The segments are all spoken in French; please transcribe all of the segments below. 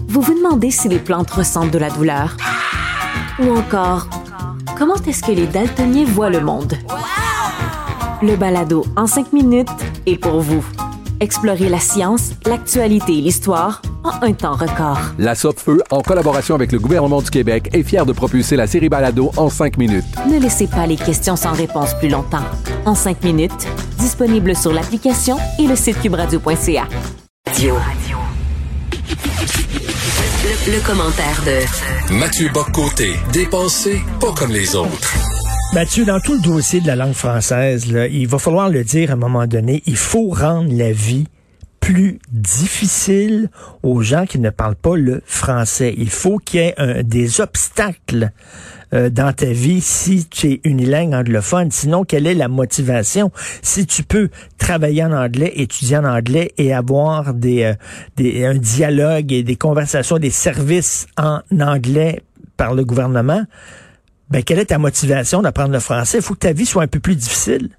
Vous vous demandez si les plantes ressentent de la douleur? Ou encore, comment est-ce que les daltoniens voient le monde? Le balado en 5 minutes est pour vous. Explorez la science, l'actualité et l'histoire en un temps record. La Sopfeu, en collaboration avec le gouvernement du Québec, est fière de propulser la série Balado en 5 minutes. Ne laissez pas les questions sans réponse plus longtemps. En 5 minutes, disponible sur l'application et le site cubradio.ca. Le commentaire de Mathieu Bock-Côté, dépensé pas comme les autres. Mathieu, dans tout le dossier de la langue française, là, il va falloir le dire à un moment donné, il faut rendre la vie plus difficile aux gens qui ne parlent pas le français. Il faut qu'il y ait des obstacles dans ta vie si tu es unilingue anglophone. Sinon, quelle est la motivation? Si tu peux travailler en anglais, étudier en anglais et avoir un dialogue et des conversations, des services en anglais par le gouvernement, ben, quelle est ta motivation d'apprendre le français? Il faut que ta vie soit un peu plus difficile.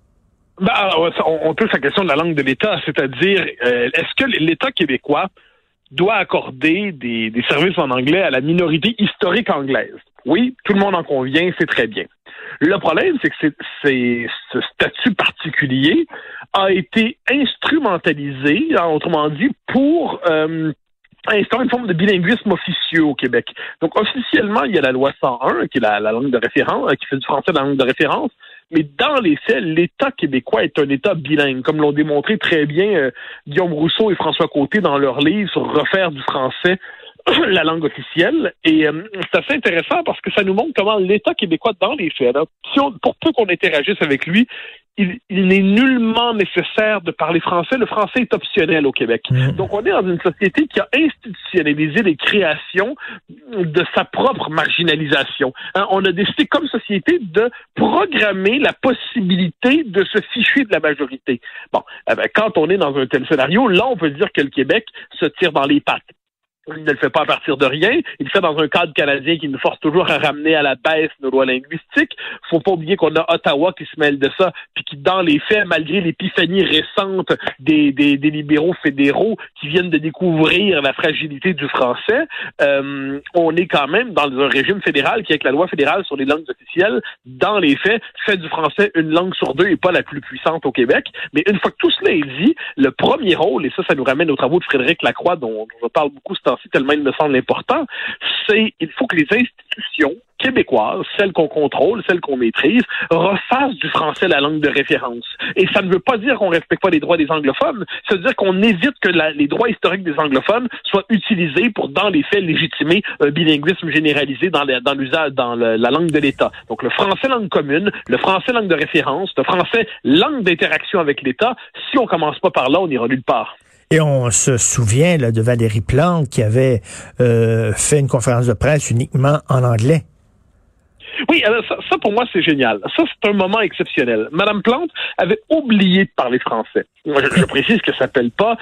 On touche la question de la langue de l'État, c'est-à-dire, est-ce que l'État québécois doit accorder des services en anglais à la minorité historique anglaise? Oui, tout le monde en convient, c'est très bien. Le problème, c'est que ce statut particulier a été instrumentalisé, autrement dit, pour instaurer une forme de bilinguisme officieux au Québec. Donc, officiellement, il y a la loi 101, qui est la langue de référence, qui fait du français la langue de référence, mais dans les faits, l'État québécois est un État bilingue, comme l'ont démontré très bien Guillaume Rousseau et François Côté dans leur livre sur refaire du français la langue officielle. Et c'est assez intéressant parce que ça nous montre comment l'État québécois, dans les faits, là, pour peu qu'on interagisse avec lui, il n'est nullement nécessaire de parler français. Le français est optionnel au Québec. Donc, on est dans une société qui a institutionnalisé les créations de sa propre marginalisation. On a décidé, comme société, de programmer la possibilité de se ficher de la majorité. Bon, quand on est dans un tel scénario, là, on peut dire que le Québec se tire dans les pattes. Il ne le fait pas à partir de rien. Il le fait dans un cadre canadien qui nous force toujours à ramener à la baisse nos lois linguistiques. Faut pas oublier qu'on a Ottawa qui se mêle de ça, puis qui, dans les faits, malgré l'épiphanie récente des libéraux fédéraux qui viennent de découvrir la fragilité du français, on est quand même dans un régime fédéral qui, avec la loi fédérale sur les langues officielles, dans les faits, fait du français une langue sur deux et pas la plus puissante au Québec. Mais une fois que tout cela est dit, le premier rôle, et ça nous ramène aux travaux de Frédéric Lacroix, dont je parle beaucoup ce temps-ci, tellement il me semble important, c'est il faut que les institutions québécoises, celles qu'on contrôle, celles qu'on maîtrise, refassent du français la langue de référence. Et ça ne veut pas dire qu'on ne respecte pas les droits des anglophones, ça veut dire qu'on évite que les droits historiques des anglophones soient utilisés pour, dans les faits, légitimer un bilinguisme généralisé dans l'usage, dans la langue de l'État. Donc le français langue commune, le français langue de référence, le français langue d'interaction avec l'État, si on commence pas par là, on n'ira nulle part. Et on se souvient là, de Valérie Plante qui avait fait une conférence de presse uniquement en anglais. Oui, alors ça pour moi, c'est génial. Ça, c'est un moment exceptionnel. Madame Plante avait oublié de parler français. Je précise que ça s'appelle pas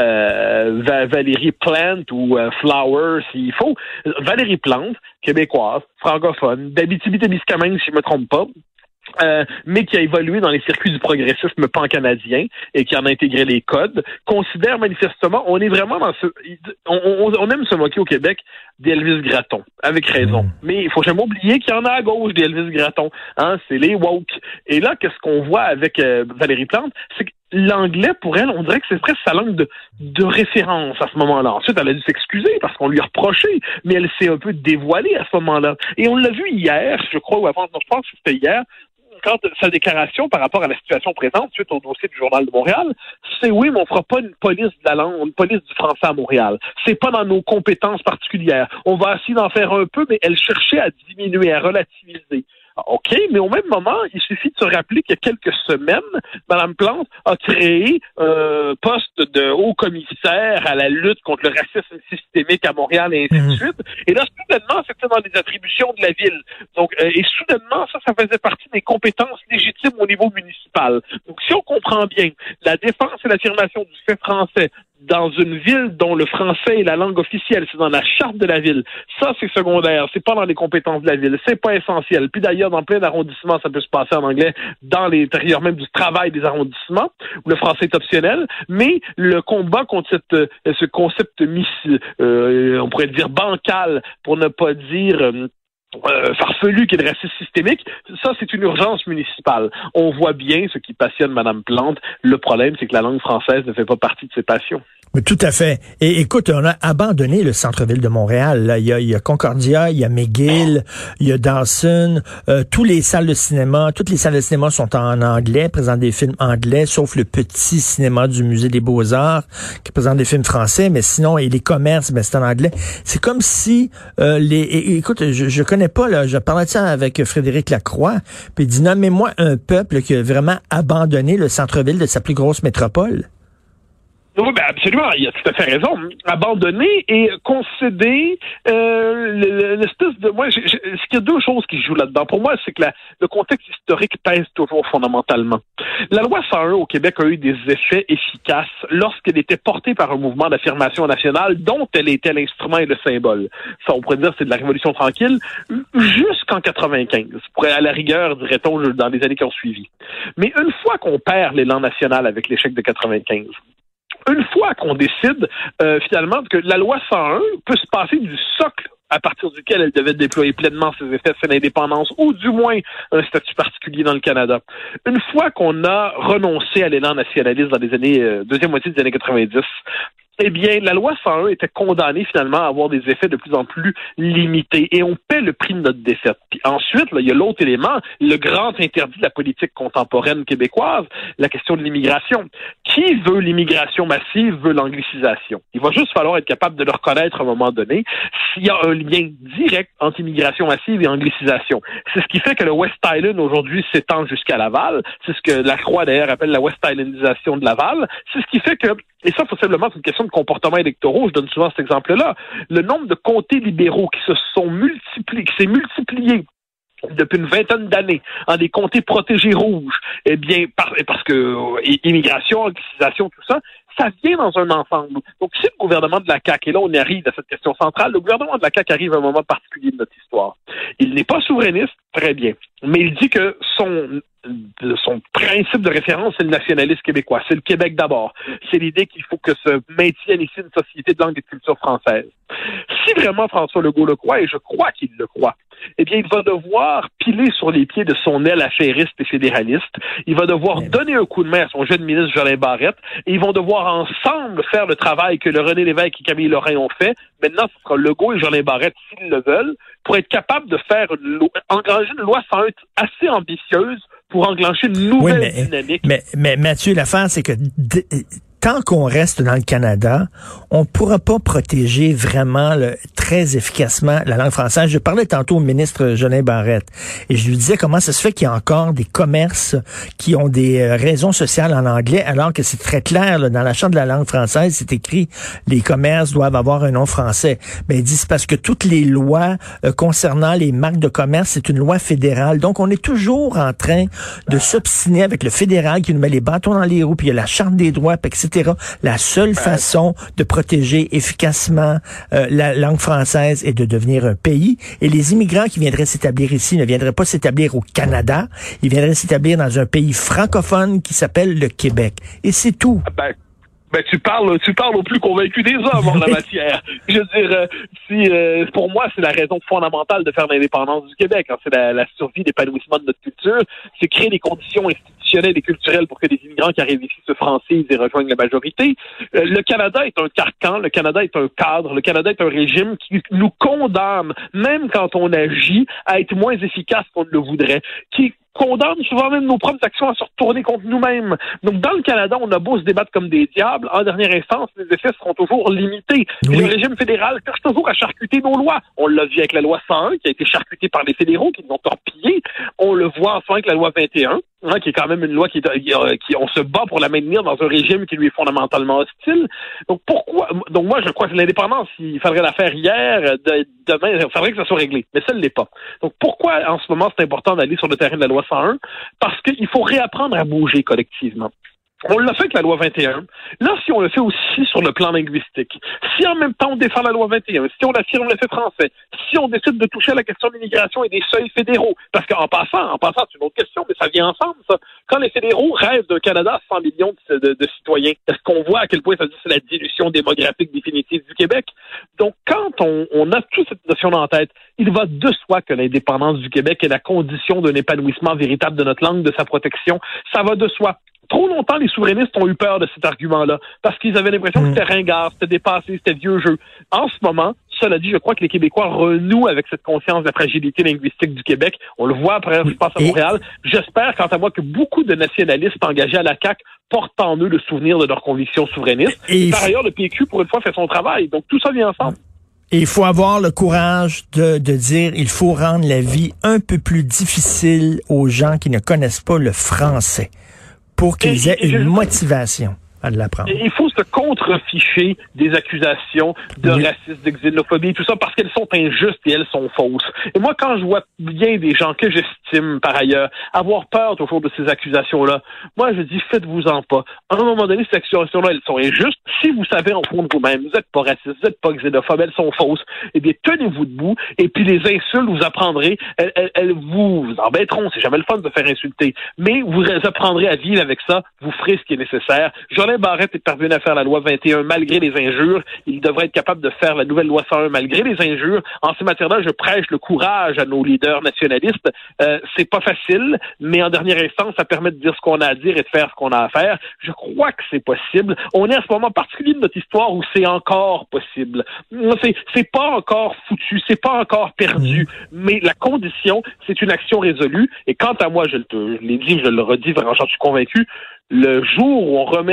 Valérie Plante ou Flower, s'il faut. Valérie Plante, québécoise, francophone, d'Abitibi-Témiscamingue, si je me trompe pas. Mais qui a évolué dans les circuits du progressisme pan-canadien et qui en a intégré les codes, considère manifestement, on est vraiment dans on aime se moquer au Québec d'Elvis Gratton, avec raison. Mais il faut jamais oublier qu'il y en a à gauche d'Elvis Gratton, c'est les woke. Et là, qu'est-ce qu'on voit avec Valérie Plante, c'est que l'anglais, pour elle, on dirait que c'est presque sa langue de référence à ce moment-là. Ensuite, elle a dû s'excuser parce qu'on lui a reproché, mais elle s'est un peu dévoilée à ce moment-là. Et on l'a vu hier, je crois, ou avant, non, je pense que c'était hier, quand sa déclaration par rapport à la situation présente, suite au dossier du Journal de Montréal, c'est oui, mais on fera pas une police de la langue, une police du français à Montréal. C'est pas dans nos compétences particulières. On va essayer d'en faire un peu, mais elle cherchait à diminuer, à relativiser. OK, mais au même moment, il suffit de se rappeler qu'il y a quelques semaines, Mme Plante a créé un poste de haut commissaire à la lutte contre le racisme systémique à Montréal et ainsi de suite. Et là, soudainement, c'était dans les attributions de la ville. Donc, et soudainement, ça faisait partie des compétences légitimes au niveau municipal. Donc, si on comprend bien la défense et l'affirmation du fait français dans une ville dont le français est la langue officielle, c'est dans la charte de la ville. Ça, c'est secondaire. C'est pas dans les compétences de la ville. C'est pas essentiel. Puis d'ailleurs, dans plein d'arrondissements, ça peut se passer en anglais dans l'intérieur même du travail des arrondissements, où le français est optionnel. Mais le combat contre ce concept on pourrait dire bancal, pour ne pas dire farfelu, qui est de racisme systémique, ça, c'est une urgence municipale. On voit bien ce qui passionne Mme Plante. Le problème, c'est que la langue française ne fait pas partie de ses passions. Mais tout à fait. Et écoute, on a abandonné le centre-ville de Montréal. Là. Il y a Concordia, il y a McGill, il y a Dawson. Toutes les salles de cinéma sont en anglais, présentent des films anglais, sauf le petit cinéma du Musée des Beaux-Arts qui présente des films français, mais sinon, et les commerces, ben, c'est en anglais. C'est comme si écoute, je connais pas, là, je parlais de ça avec Frédéric Lacroix, puis il dit, nommez-moi un peuple qui a vraiment abandonné le centre-ville de sa plus grosse métropole. Oui, ben absolument, il a tout à fait raison. Abandonner et concéder l'espèce de... Moi, il y a deux choses qui jouent là-dedans. Pour moi, c'est que le contexte historique pèse toujours fondamentalement. La loi 101 au Québec a eu des effets efficaces lorsqu'elle était portée par un mouvement d'affirmation nationale dont elle était l'instrument et le symbole. Ça, on pourrait dire, c'est de la Révolution tranquille jusqu'en 95. À la rigueur, dirait-on, dans les années qui ont suivi. Mais une fois qu'on perd l'élan national avec l'échec de 95, une fois qu'on décide finalement que la loi 101 peut se passer du socle à partir duquel elle devait déployer pleinement ses effets de l'indépendance, ou du moins un statut particulier dans le Canada. Une fois qu'on a renoncé à l'élan nationaliste dans les années deuxième moitié des années 90, eh bien, la loi 101 était condamnée finalement à avoir des effets de plus en plus limités, et on paie le prix de notre défaite. Puis ensuite, là, il y a l'autre élément, le grand interdit de la politique contemporaine québécoise, la question de l'immigration. Qui veut l'immigration massive veut l'anglicisation. Il va juste falloir être capable de le reconnaître à un moment donné s'il y a un lien direct entre immigration massive et anglicisation. C'est ce qui fait que le West Island aujourd'hui s'étend jusqu'à Laval. C'est ce que Lacroix d'ailleurs appelle la West Islandisation de Laval. C'est ce qui fait que, et ça, possiblement, c'est une question de comportement électoraux. Je donne souvent cet exemple-là. Le nombre de comtés libéraux qui s'est multiplié depuis une vingtaine d'années en des comtés protégés rouges, eh bien, parce que immigration, anglicisation, tout ça, ça vient dans un ensemble. Donc, si le gouvernement de la CAQ, et là on arrive à cette question centrale, le gouvernement de la CAQ arrive à un moment particulier de notre histoire. Il n'est pas souverainiste, très bien, mais il dit que son principe de référence, c'est le nationalisme québécois. C'est le Québec d'abord. C'est l'idée qu'il faut que se maintienne ici une société de langue et de culture française. Si vraiment François Legault le croit, et je crois qu'il le croit, eh bien, il va devoir piler sur les pieds de son aile affairiste et fédéraliste. Il va devoir donner un coup de main à son jeune ministre Jolin Barrette, et ils vont devoir ensemble faire le travail que le René Lévesque et Camille Lorrain ont fait. Maintenant, ce sera Legault et Jolin Barrette, s'ils le veulent, pour être capable de faire engranger une loi 101 assez ambitieuse pour enclencher une nouvelle dynamique. Mais Mathieu, l'affaire, c'est que tant qu'on reste dans le Canada, on ne pourra pas protéger vraiment très efficacement la langue française. Je parlais tantôt au ministre Jolin Barrette et je lui disais comment ça se fait qu'il y a encore des commerces qui ont des raisons sociales en anglais, alors que c'est très clair, là, dans la charte de la langue française, c'est écrit les commerces doivent avoir un nom français. Mais il dit c'est parce que toutes les lois concernant les marques de commerce, c'est une loi fédérale. Donc, on est toujours en train de s'obstiner avec le fédéral qui nous met les bâtons dans les roues, puis il y a la charte des droits, etc. La seule façon de protéger efficacement la langue française est de devenir un pays. Et les immigrants qui viendraient s'établir ici ne viendraient pas s'établir au Canada. Ils viendraient s'établir dans un pays francophone qui s'appelle le Québec. Et c'est tout. Ben, tu parles au plus convaincu des hommes en la matière. Je veux dire, pour moi, c'est la raison fondamentale de faire l'indépendance du Québec. Hein. C'est la survie, l'épanouissement de notre culture. C'est créer des conditions institutionnelles et culturelles pour que les immigrants qui arrivent ici se francisent et rejoignent la majorité. Le Canada est un carcan, le Canada est un cadre, le Canada est un régime qui nous condamne, même quand on agit, à être moins efficace qu'on ne le voudrait, qui condamne souvent même nos propres actions à se retourner contre nous-mêmes. Donc, dans le Canada, on a beau se débattre comme des diables, en dernière instance, les effets seront toujours limités. Oui. Le régime fédéral cherche toujours à charcuter nos lois. On l'a vu avec la loi 101, qui a été charcutée par les fédéraux, qui l'ont torpillée. On le voit en ce moment avec la loi 21, qui est quand même une loi qui on se bat pour la maintenir dans un régime qui lui est fondamentalement hostile. Donc, pourquoi? Donc, moi, je crois que l'indépendance, il faudrait la faire hier, demain, il faudrait que ça soit réglé. Mais ça ne l'est pas. Donc, pourquoi, en ce moment, c'est important d'aller sur le terrain de la loi 101? Parce qu'il faut réapprendre à bouger collectivement. On l'a fait avec la loi 21. Là, si on le fait aussi sur le plan linguistique, si en même temps on défend la loi 21, si on affirme le fait français, si on décide de toucher à la question de l'immigration et des seuils fédéraux, parce qu'en passant, c'est une autre question, mais ça vient ensemble, ça. Quand les fédéraux rêvent d'un Canada à 100 millions de citoyens, est-ce qu'on voit à quel point ça dit c'est la dilution démographique définitive du Québec? Donc, quand on a toute cette notion-là en tête, il va de soi que l'indépendance du Québec est la condition d'un épanouissement véritable de notre langue, de sa protection. Ça va de soi. Trop longtemps, les souverainistes ont eu peur de cet argument-là, parce qu'ils avaient l'impression que c'était ringard, c'était dépassé, c'était vieux jeu. En ce moment, cela dit, je crois que les Québécois renouent avec cette conscience de la fragilité linguistique du Québec. On le voit après, je pense à Montréal. J'espère, quant à moi, que beaucoup de nationalistes engagés à la CAQ portent en eux le souvenir de leurs convictions souverainistes. Et par ailleurs, le PQ, pour une fois, fait son travail. Donc, tout ça vient ensemble. Et il faut avoir le courage de dire il faut rendre la vie un peu plus difficile aux gens qui ne connaissent pas le français, pour qu'ils aient une motivation à l'apprendre. Il faut se contreficher des accusations de racisme, de xénophobie, tout ça, parce qu'elles sont injustes et elles sont fausses. Et moi, quand je vois bien des gens que j'estime par ailleurs avoir peur toujours de ces accusations-là, moi, je dis, faites-vous-en pas. À un moment donné, ces accusations-là, elles sont injustes. Si vous savez en fond de vous-même, vous n'êtes pas raciste, vous n'êtes pas xénophobe, elles sont fausses, eh bien, tenez-vous debout, et puis les insultes, vous apprendrez, elles vous embêteront, c'est jamais le fun de faire insulter, mais vous apprendrez à vivre avec ça, vous ferez ce qui est nécessaire. Jolin Barrette est parvenu à faire la loi 21 malgré les injures. Il devrait être capable de faire la nouvelle loi 101 malgré les injures. En ces matières-là, je prêche le courage à nos leaders nationalistes. C'est pas facile, mais en dernière instance, ça permet de dire ce qu'on a à dire et de faire ce qu'on a à faire. Je crois que c'est possible. On est à ce moment particulier de notre histoire où c'est encore possible. C'est pas encore foutu, c'est pas encore perdu, mais la condition, c'est une action résolue. Et quant à moi, je l'ai dit, je le redis, vraiment, j'en suis convaincu, le jour où on remet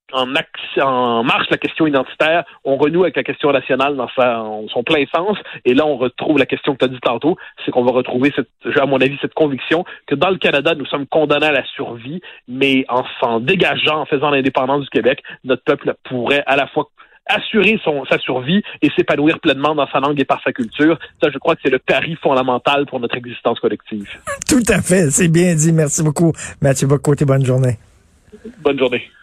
en marche la question identitaire, on renoue avec la question nationale dans son plein sens, et là on retrouve la question que tu as dit tantôt, c'est qu'on va retrouver, à mon avis, cette conviction que dans le Canada, nous sommes condamnés à la survie, mais en s'en dégageant, en faisant l'indépendance du Québec, notre peuple pourrait à la fois assurer sa survie et s'épanouir pleinement dans sa langue et par sa culture. Ça, je crois que c'est le pari fondamental pour notre existence collective. Tout à fait, c'est bien dit. Merci beaucoup, Mathieu Bock-Côté. Bonne journée. Bonne journée.